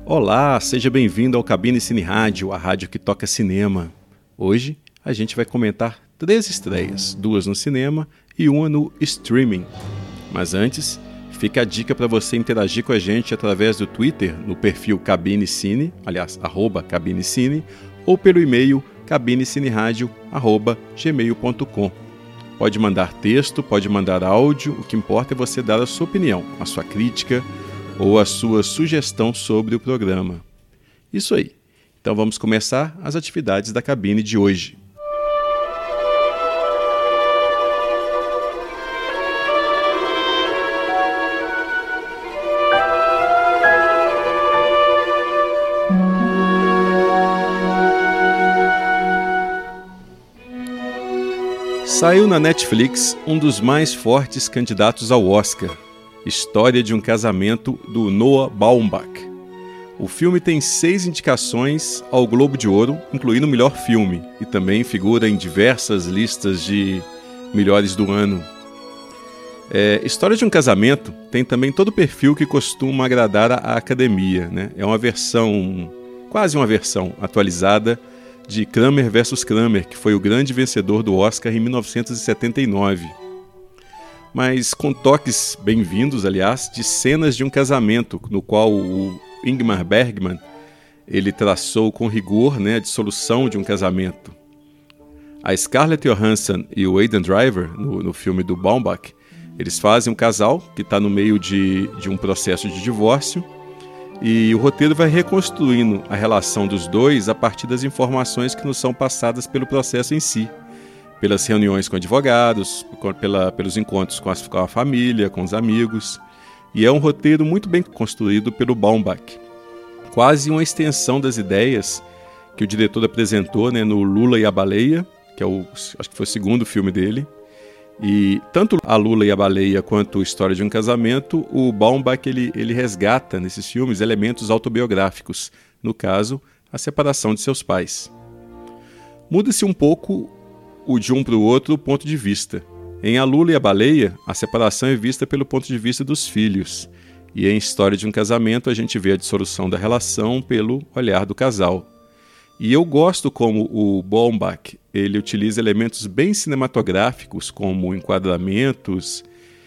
Olá, seja bem-vindo ao Cabine Cine Rádio, a rádio que toca cinema. Hoje a gente vai comentar 3 estreias, 2 no cinema e 1 no streaming. Mas antes, fica a dica para você interagir com a gente através do Twitter, no perfil Cabine Cine, aliás, @cabinecine, ou pelo e-mail cabinecineradio@gmail.com. Pode mandar texto, pode mandar áudio, o que importa é você dar a sua opinião, a sua crítica ou a sua sugestão sobre o programa. Isso aí. Então vamos começar as atividades da cabine de hoje. Saiu na Netflix um dos mais fortes candidatos ao Oscar, História de um Casamento, do Noah Baumbach. O filme tem 6 indicações ao Globo de Ouro, incluindo o melhor filme, e também figura em diversas listas de melhores do ano. História de um Casamento tem também todo o perfil que costuma agradar à academia, né? É uma versão, quase uma versão atualizada de Kramer vs. Kramer, que foi o grande vencedor do Oscar em 1979. Mas com toques bem-vindos, aliás, de cenas de um casamento, no qual o Ingmar Bergman ele traçou com rigor, né, a dissolução de um casamento. A Scarlett Johansson e o Adam Driver, no filme do Baumbach, eles fazem um casal que está no meio de um processo de divórcio, e o roteiro vai reconstruindo a relação dos dois a partir das informações que nos são passadas pelo processo em si, pelas reuniões com advogados, pelos encontros com a família, com os amigos. E é um roteiro muito bem construído pelo Baumbach. Quase uma extensão das ideias que o diretor apresentou, né, no Lula e a Baleia, que acho que foi o segundo filme dele. E tanto A Lula e a Baleia quanto História de um Casamento, o Baumbach ele resgata nesses filmes elementos autobiográficos, no caso, a separação de seus pais. Muda-se um pouco de um para o outro o ponto de vista. Em A Lula e a Baleia, a separação é vista pelo ponto de vista dos filhos, e em História de um Casamento a gente vê a dissolução da relação pelo olhar do casal. E eu gosto como o Baumbach ele utiliza elementos bem cinematográficos, como enquadramentos,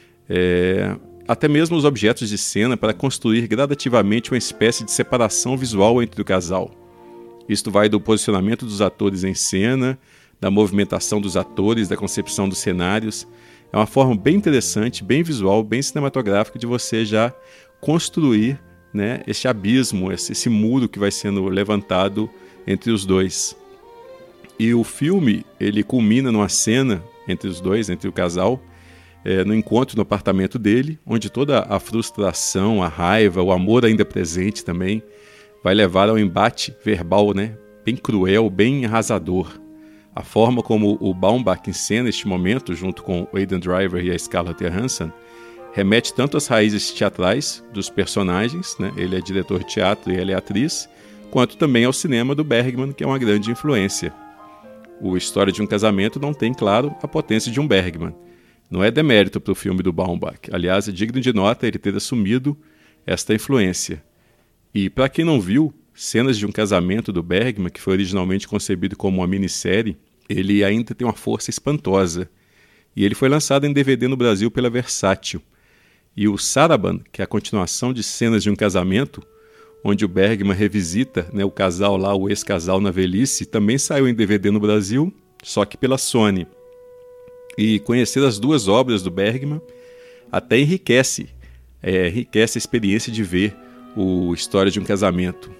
até mesmo os objetos de cena, para construir gradativamente uma espécie de separação visual entre o casal. Isto vai do posicionamento dos atores em cena, da movimentação dos atores, da concepção dos cenários. É uma forma bem interessante, bem visual, bem cinematográfica de você já construir, né, esse abismo, esse muro que vai sendo levantado entre os dois. E o filme ele culmina numa cena entre os dois, entre o casal, no encontro no apartamento dele, onde toda a frustração, a raiva, o amor ainda presente também, vai levar ao embate verbal, né, bem cruel, bem arrasador. A forma como o Baumbach encena este momento, junto com o Adam Driver e a Scarlett Johansson, remete tanto às raízes teatrais dos personagens, né? Ele é diretor de teatro e ela é atriz, quanto também ao cinema do Bergman, que é uma grande influência. O História de um Casamento não tem, claro, a potência de um Bergman. Não é demérito para o filme do Baumbach. Aliás, é digno de nota ele ter assumido esta influência. E para quem não viu, Cenas de um Casamento do Bergman, que foi originalmente concebido como uma minissérie, ele ainda tem uma força espantosa. E ele foi lançado em DVD no Brasil pela Versátil. E o Saraban, que é a continuação de Cenas de um Casamento, onde o Bergman revisita, né, o casal lá, o ex-casal na velhice, também saiu em DVD no Brasil, só que pela Sony. E conhecer as duas obras do Bergman até enriquece a experiência de ver o História de um Casamento.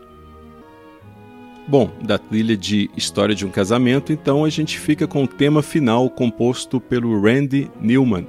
Bom, da trilha de História de um Casamento, então a gente fica com o tema final composto pelo Randy Newman.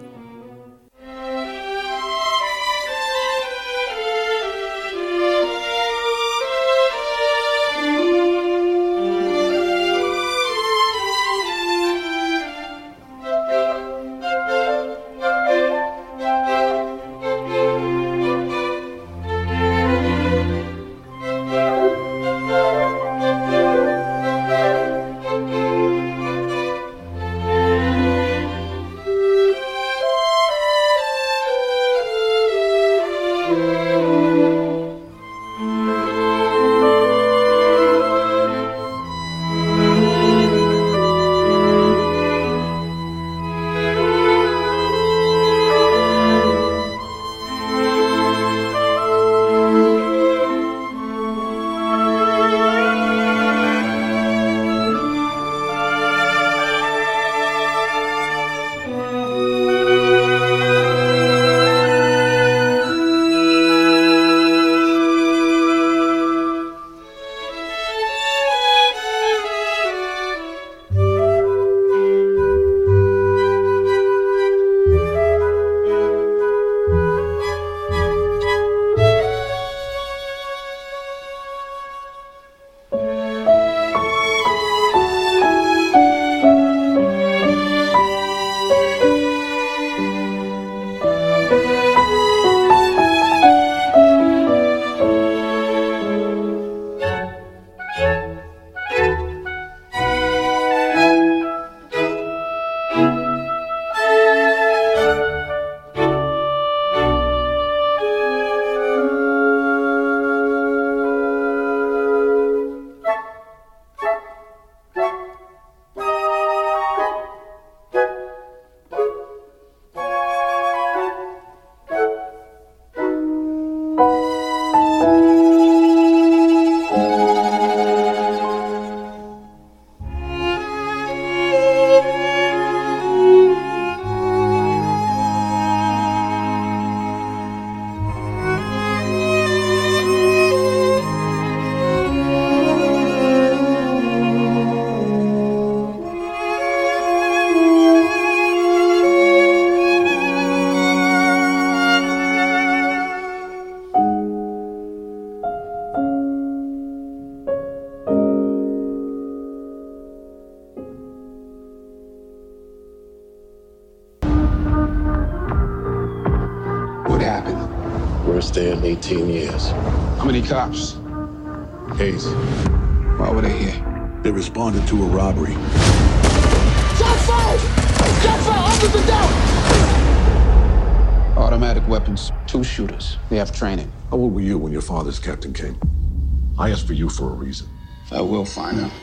stand 18 years. How many cops? Hayes. Why were they here? They responded to a robbery. Shot fired! Shot fired! Officer down! Automatic weapons. 2 shooters. They have training. How old were you when your father's captain came? I asked for you for a reason. I will find out.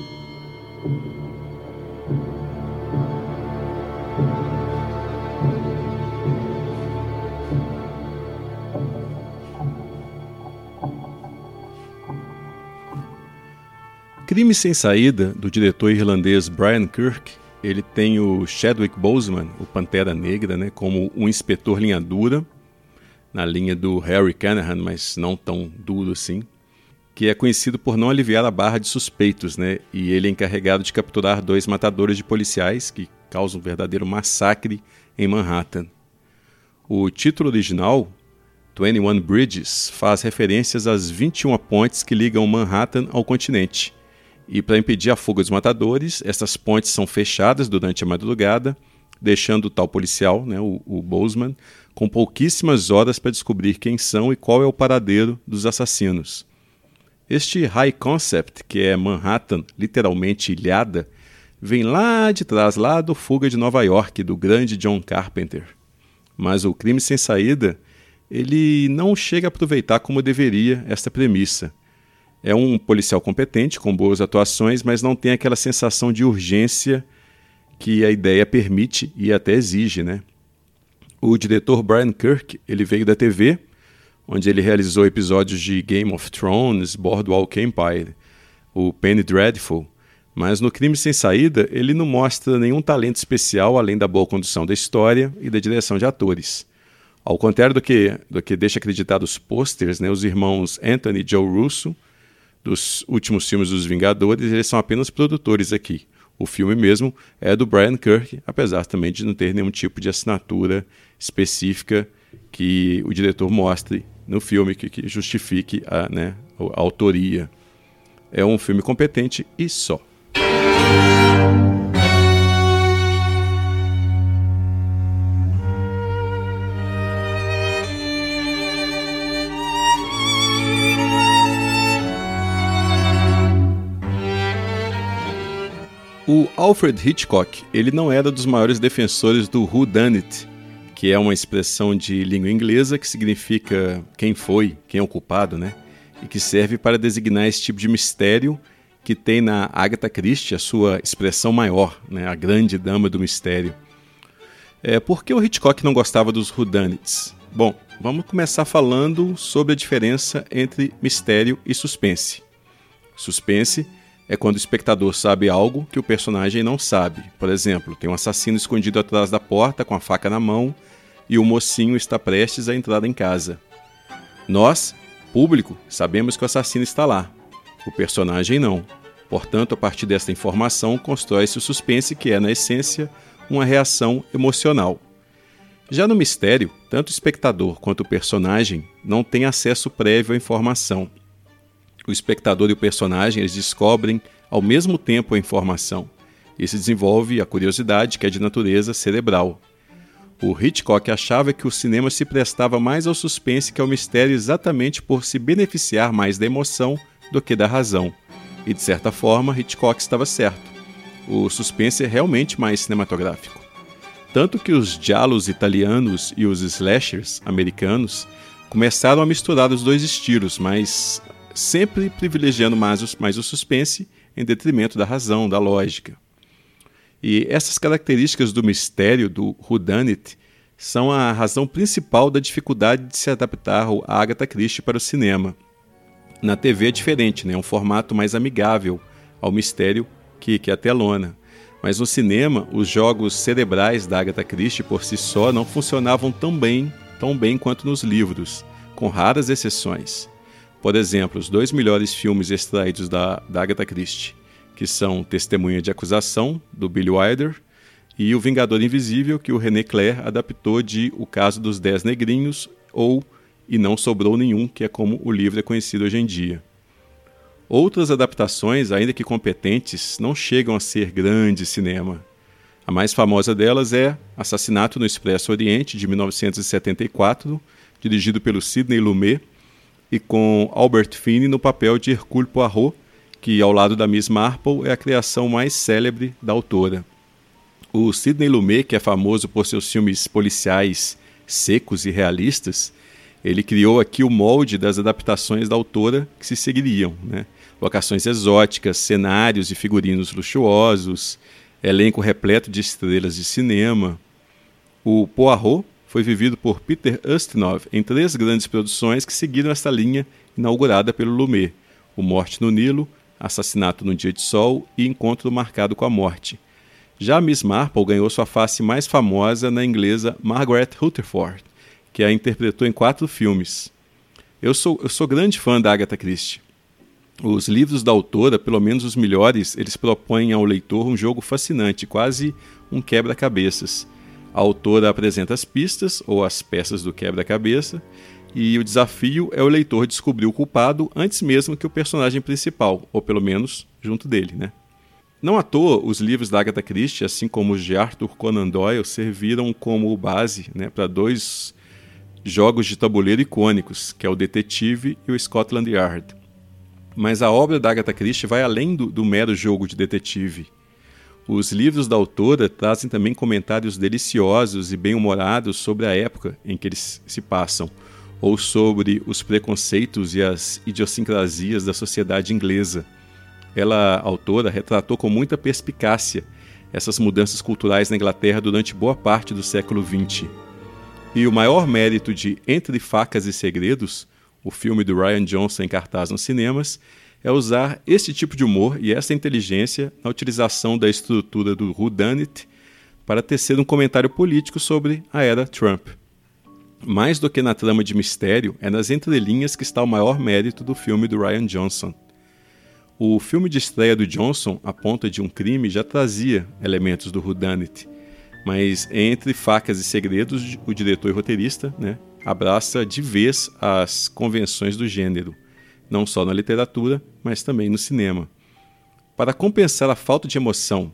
Crime Sem Saída, do diretor irlandês Brian Kirk, ele tem o Chadwick Boseman, o Pantera Negra, né, como um inspetor linha dura, na linha do Harry Canahan, mas não tão duro assim, que é conhecido por não aliviar a barra de suspeitos, né, e ele é encarregado de capturar 2 matadores de policiais que causam um verdadeiro massacre em Manhattan. O título original, 21 Bridges, faz referências às 21 pontes que ligam Manhattan ao continente. E para impedir a fuga dos matadores, essas pontes são fechadas durante a madrugada, deixando o tal policial, né, o Boseman, com pouquíssimas horas para descobrir quem são e qual é o paradeiro dos assassinos. Este high concept, que é Manhattan literalmente ilhada, vem lá de trás, lá do Fuga de Nova York, do grande John Carpenter. Mas o Crime Sem Saída, ele não chega a aproveitar como deveria esta premissa. É um policial competente, com boas atuações, mas não tem aquela sensação de urgência que a ideia permite e até exige, né? O diretor Brian Kirk, ele veio da TV, onde ele realizou episódios de Game of Thrones, Boardwalk Empire, o Penny Dreadful, mas no Crime Sem Saída ele não mostra nenhum talento especial além da boa condução da história e da direção de atores. Ao contrário do que deixa acreditar os pôsteres, né, os irmãos Anthony e Joe Russo, dos últimos filmes dos Vingadores, eles são apenas produtores aqui. O filme mesmo é do Brian Kirk, apesar também de não ter nenhum tipo de assinatura específica que o diretor mostre no filme, que justifique a autoria. É um filme competente e só. O Alfred Hitchcock, ele não era dos maiores defensores do whodunit, que é uma expressão de língua inglesa que significa quem foi, quem é o culpado, né? E que serve para designar esse tipo de mistério que tem na Agatha Christie a sua expressão maior, né? A grande dama do mistério. Por que o Hitchcock não gostava dos whodunits? Bom, vamos começar falando sobre a diferença entre mistério e suspense. Suspense é quando o espectador sabe algo que o personagem não sabe. Por exemplo, tem um assassino escondido atrás da porta com a faca na mão e o mocinho está prestes a entrar em casa. Nós, público, sabemos que o assassino está lá. O personagem não. Portanto, a partir desta informação, constrói-se o suspense, que é, na essência, uma reação emocional. Já no mistério, tanto o espectador quanto o personagem não têm acesso prévio à informação. O espectador e o personagem eles descobrem ao mesmo tempo a informação e se desenvolve a curiosidade, que é de natureza cerebral. O Hitchcock achava que o cinema se prestava mais ao suspense que ao mistério exatamente por se beneficiar mais da emoção do que da razão. E de certa forma, Hitchcock estava certo. O suspense é realmente mais cinematográfico. Tanto que os giallos italianos e os slashers americanos começaram a misturar os dois estilos, mas sempre privilegiando mais o suspense em detrimento da razão, da lógica. E essas características do mistério, do whodunit, são a razão principal da dificuldade de se adaptar a Agatha Christie para o cinema. Na TV é diferente, né? É um formato mais amigável ao mistério que a telona. Mas no cinema, os jogos cerebrais da Agatha Christie por si só não funcionavam tão bem quanto nos livros, com raras exceções. Por exemplo, os 2 melhores filmes extraídos da Agatha Christie, que são Testemunha de Acusação, do Billy Wilder, e O Vingador Invisível, que o René Clair adaptou de O Caso dos 10 Negrinhos, ou E Não Sobrou Nenhum, que é como o livro é conhecido hoje em dia. Outras adaptações, ainda que competentes, não chegam a ser grande cinema. A mais famosa delas é Assassinato no Expresso Oriente, de 1974, dirigido pelo Sidney Lumet, e com Albert Finney no papel de Hercule Poirot, que, ao lado da Miss Marple, é a criação mais célebre da autora. O Sidney Lumet, que é famoso por seus filmes policiais secos e realistas, ele criou aqui o molde das adaptações da autora que se seguiriam, né? Locações exóticas, cenários e figurinos luxuosos, elenco repleto de estrelas de cinema. O Poirot foi vivido por Peter Ustinov em 3 grandes produções que seguiram esta linha inaugurada pelo Lumet: O Morte no Nilo, Assassinato num Dia de Sol e Encontro Marcado com a Morte. Já Miss Marple ganhou sua face mais famosa na inglesa Margaret Rutherford, que a interpretou em 4 filmes. Eu sou grande fã da Agatha Christie. Os livros da autora, pelo menos os melhores, eles propõem ao leitor um jogo fascinante, quase um quebra-cabeças. A autora apresenta as pistas, ou as peças do quebra-cabeça, e o desafio é o leitor descobrir o culpado antes mesmo que o personagem principal, ou pelo menos junto dele, né? Não à toa, os livros da Agatha Christie, assim como os de Arthur Conan Doyle, serviram como base, né, para 2 jogos de tabuleiro icônicos, que é o Detetive e o Scotland Yard. Mas a obra da Agatha Christie vai além do mero jogo de detetive. Os livros da autora trazem também comentários deliciosos e bem-humorados sobre a época em que eles se passam, ou sobre os preconceitos e as idiosincrasias da sociedade inglesa. Ela, a autora, retratou com muita perspicácia essas mudanças culturais na Inglaterra durante boa parte do século XX. E o maior mérito de Entre Facas e Segredos, o filme do Rian Johnson em cartaz nos cinemas, é usar esse tipo de humor e essa inteligência na utilização da estrutura do whodunit para tecer um comentário político sobre a era Trump. Mais do que na trama de mistério, é nas entrelinhas que está o maior mérito do filme do Rian Johnson. O filme de estreia do Johnson, A Ponta de um Crime, já trazia elementos do whodunit, mas Entre Facas e Segredos, o diretor e roteirista, né, abraça de vez as convenções do gênero, não só na literatura, mas também no cinema. Para compensar a falta de emoção,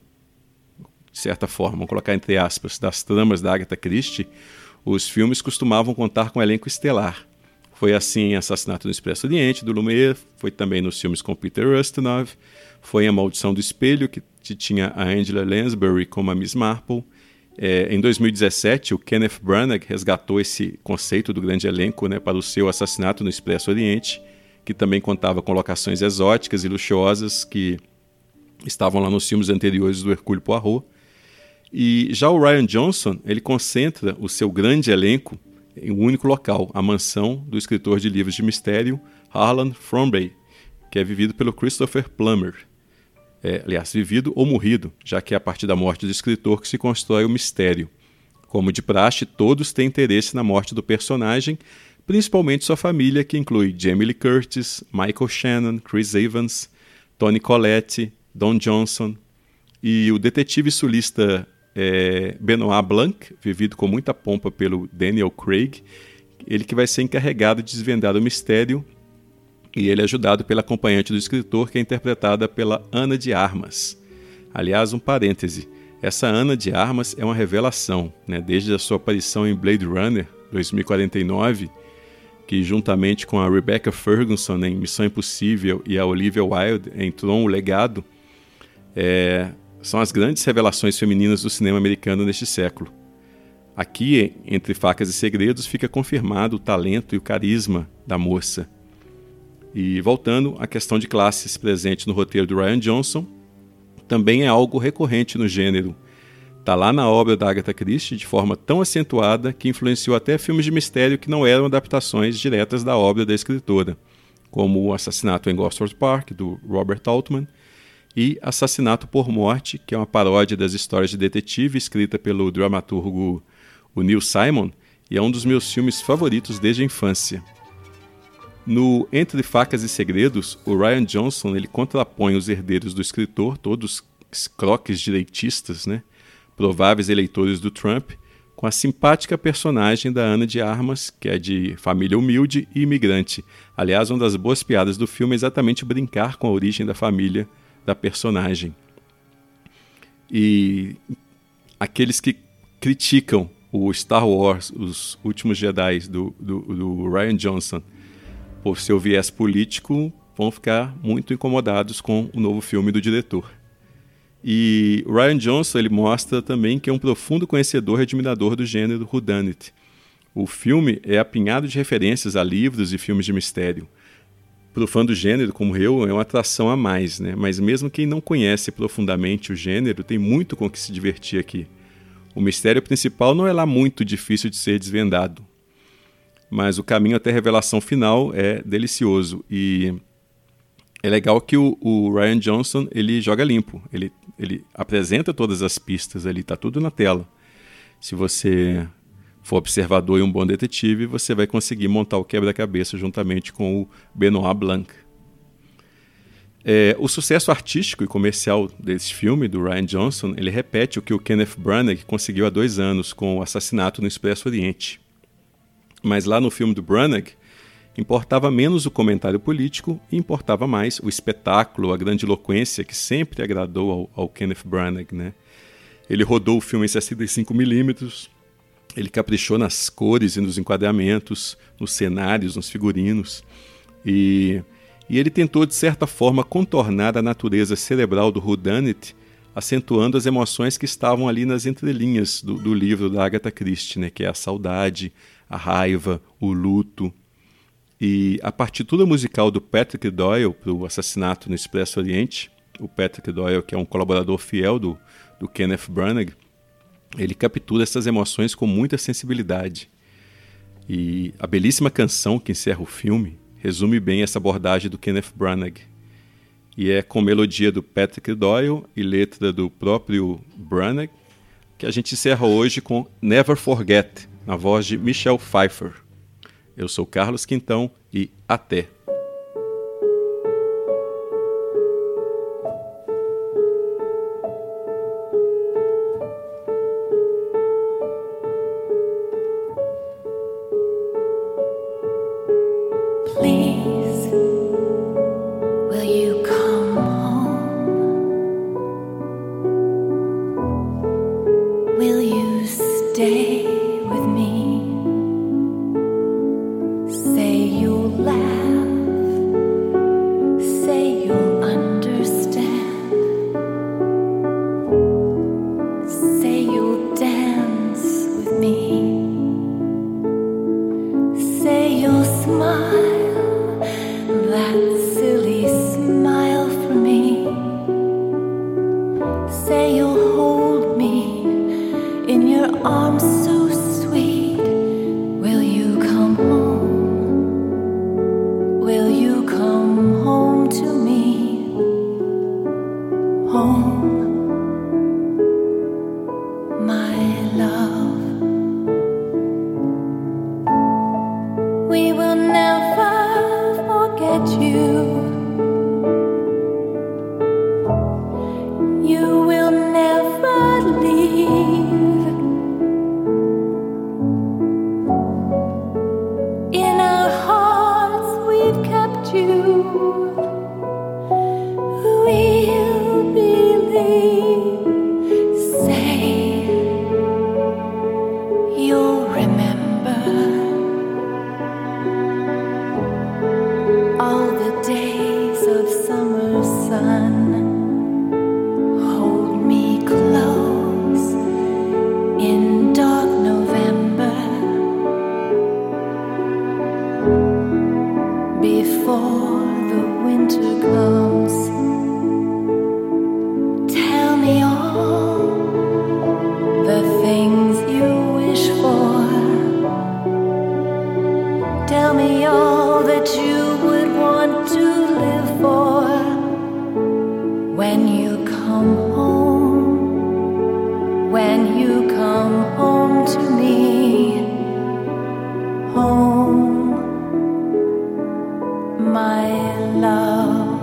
de certa forma, vamos colocar entre aspas, das tramas da Agatha Christie, os filmes costumavam contar com um elenco estelar. Foi assim em Assassinato no Expresso Oriente, do Lumet, foi também nos filmes com Peter Ustinov, foi em A Maldição do Espelho, que tinha a Angela Lansbury como a Miss Marple. Em 2017, o Kenneth Branagh resgatou esse conceito do grande elenco, né, para o seu Assassinato no Expresso Oriente, que também contava com locações exóticas e luxuosas que estavam lá nos filmes anteriores do Hercule Poirot. E já o Rian Johnson, ele concentra o seu grande elenco em um único local, a mansão do escritor de livros de mistério Harlan Thrombey, que é vivido pelo Christopher Plummer. Aliás, vivido ou morrido, já que é a partir da morte do escritor que se constrói o mistério. Como de praxe, todos têm interesse na morte do personagem, principalmente sua família, que inclui Jamie Lee Curtis, Michael Shannon, Chris Evans, Toni Collette, Don Johnson e o detetive sulista Benoit Blanc, vivido com muita pompa pelo Daniel Craig, ele que vai ser encarregado de desvendar o mistério, e ele é ajudado pela acompanhante do escritor, que é interpretada pela Ana de Armas. Aliás, um parêntese, essa Ana de Armas é uma revelação, né? Desde a sua aparição em Blade Runner 2049, que juntamente com a Rebecca Ferguson em Missão Impossível e a Olivia Wilde em Tron, o Legado, são as grandes revelações femininas do cinema americano neste século. Aqui, Entre Facas e Segredos, fica confirmado o talento e o carisma da moça. E voltando à questão de classes presente no roteiro do Rian Johnson, também é algo recorrente no gênero. Está lá na obra da Agatha Christie de forma tão acentuada que influenciou até filmes de mistério que não eram adaptações diretas da obra da escritora, como O Assassinato em Gosford Park, do Robert Altman, e Assassinato por Morte, que é uma paródia das histórias de detetive escrita pelo dramaturgo o Neil Simon, e é um dos meus filmes favoritos desde a infância. No Entre Facas e Segredos, o Rian Johnson ele contrapõe os herdeiros do escritor, todos croques direitistas, né, prováveis eleitores do Trump, com a simpática personagem da Ana de Armas, que é de família humilde e imigrante. Aliás, uma das boas piadas do filme é exatamente brincar com a origem da família da personagem. E aqueles que criticam o Star Wars, Os Últimos Jedi, do Rian Johnson, por seu viés político, vão ficar muito incomodados com o novo filme do diretor. E o Rian Johnson ele mostra também que é um profundo conhecedor e admirador do gênero whodunit. O filme é apinhado de referências a livros e filmes de mistério. Para o fã do gênero, como eu, é uma atração a mais, né? Mas mesmo quem não conhece profundamente o gênero, tem muito com que se divertir aqui. O mistério principal não é lá muito difícil de ser desvendado, mas o caminho até a revelação final é delicioso. E é legal que o Rian Johnson ele joga limpo, ele apresenta todas as pistas ali, está tudo na tela. Se você for observador e um bom detetive, você vai conseguir montar o quebra-cabeça juntamente com o Benoit Blanc. O sucesso artístico e comercial desse filme, do Rian Johnson, ele repete o que o Kenneth Branagh conseguiu há 2 anos com o Assassinato no Expresso Oriente. Mas lá no filme do Branagh, importava menos o comentário político e importava mais o espetáculo, a grandiloquência que sempre agradou ao Kenneth Branagh, né? Ele rodou o filme em 65mm, ele caprichou nas cores e nos enquadramentos, nos cenários, nos figurinos. E ele tentou, de certa forma, contornar a natureza cerebral do whodunit, acentuando as emoções que estavam ali nas entrelinhas do livro da Agatha Christie, né, que é a saudade, a raiva, o luto. E a partitura musical do Patrick Doyle para o Assassinato no Expresso Oriente, o Patrick Doyle, que é um colaborador fiel do Kenneth Branagh, ele captura essas emoções com muita sensibilidade. E a belíssima canção que encerra o filme resume bem essa abordagem do Kenneth Branagh. E é com melodia do Patrick Doyle e letra do próprio Branagh que a gente encerra hoje com Never Forget, na voz de Michelle Pfeiffer. Eu sou Carlos Quintão e até! Please, will you come home? Will you stay with me? Say you'll laugh, say you'll understand, say you'll dance with me, say you'll smile. That silly smile for me. Say you'll hold me in your arms so sweet. Will you come home? Will you come home to me? Home, my love. We will never forget you. You will never leave. In our hearts we've kept you. We'll believe. Say you'll remember all the days of summer sun. Hold me close in dark November. Before the winter comes, tell me all the things you wish for. Tell me all that you would want to live for. When you come home, when you come home to me, home, my love.